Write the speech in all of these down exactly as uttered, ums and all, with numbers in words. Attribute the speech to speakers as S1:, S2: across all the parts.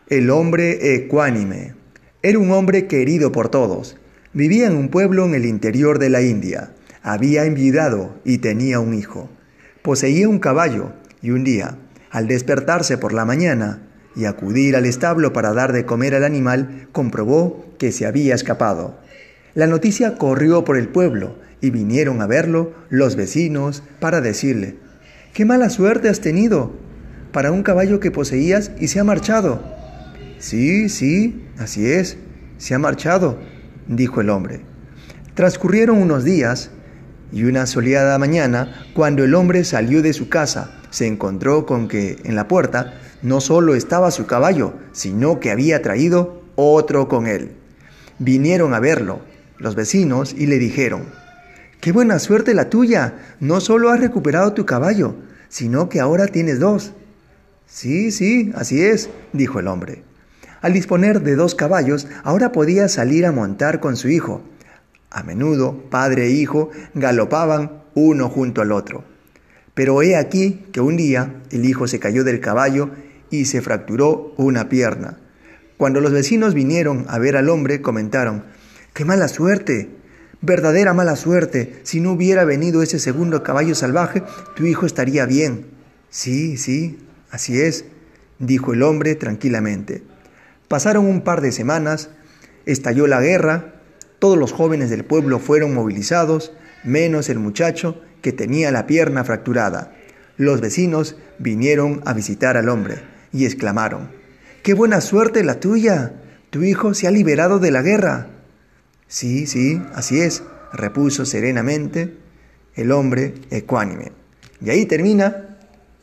S1: El hombre ecuánime. Era un hombre querido por todos. Vivía en un pueblo en el interior de la India. Había enviudado y tenía un hijo. Poseía un caballo y un día, al despertarse por la mañana y acudir al establo para dar de comer al animal, comprobó que se había escapado. La noticia corrió por el pueblo y vinieron a verlo los vecinos para decirle: «¡Qué mala suerte has tenido para un caballo que poseías y se ha marchado!». «Sí, sí, así es, se ha marchado», dijo el hombre. Transcurrieron unos días y una soleada mañana, cuando el hombre salió de su casa, se encontró con que en la puerta no solo estaba su caballo, sino que había traído otro con él. Vinieron a verlo los vecinos y le dijeron: «¡Qué buena suerte la tuya! No solo has recuperado tu caballo, sino que ahora tienes dos». «Sí, sí, así es», dijo el hombre. Al disponer de dos caballos, ahora podía salir a montar con su hijo. A menudo, padre e hijo galopaban uno junto al otro. Pero he aquí que un día el hijo se cayó del caballo y se fracturó una pierna. Cuando los vecinos vinieron a ver al hombre, comentaron: «¡Qué mala suerte! Verdadera mala suerte. Si no hubiera venido ese segundo caballo salvaje, tu hijo estaría bien». «Sí, sí, así es», dijo el hombre tranquilamente. Pasaron un par de semanas, estalló la guerra, todos los jóvenes del pueblo fueron movilizados, menos el muchacho que tenía la pierna fracturada. Los vecinos vinieron a visitar al hombre y exclamaron: «¡Qué buena suerte la tuya! Tu hijo se ha liberado de la guerra». «Sí, sí, así es», repuso serenamente el hombre ecuánime. Y ahí termina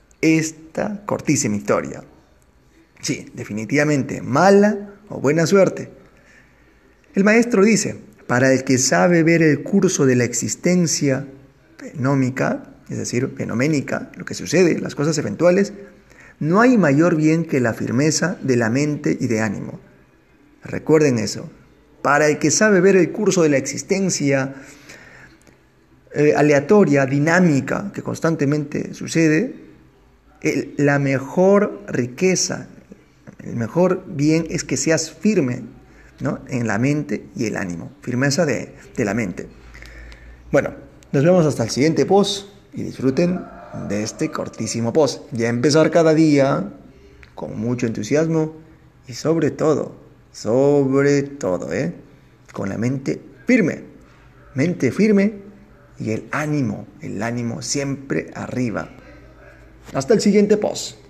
S1: esta cortísima historia. Sí, definitivamente, mala o buena suerte. El maestro dice: para el que sabe ver el curso de la existencia fenómica, es decir, fenoménica, lo que sucede, las cosas eventuales, no hay mayor bien que la firmeza de la mente y de ánimo. Recuerden eso. Para el que sabe ver el curso de la existencia eh, aleatoria, dinámica, que constantemente sucede, el, la mejor riqueza, el mejor bien es que seas firme, ¿no?, en la mente y el ánimo. Firmeza de, de la mente. Bueno, nos vemos hasta el siguiente post y disfruten de este cortísimo post. Ya empezar cada día con mucho entusiasmo y sobre todo, sobre todo, ¿eh?, con la mente firme. Mente firme y el ánimo, el ánimo siempre arriba. Hasta el siguiente post.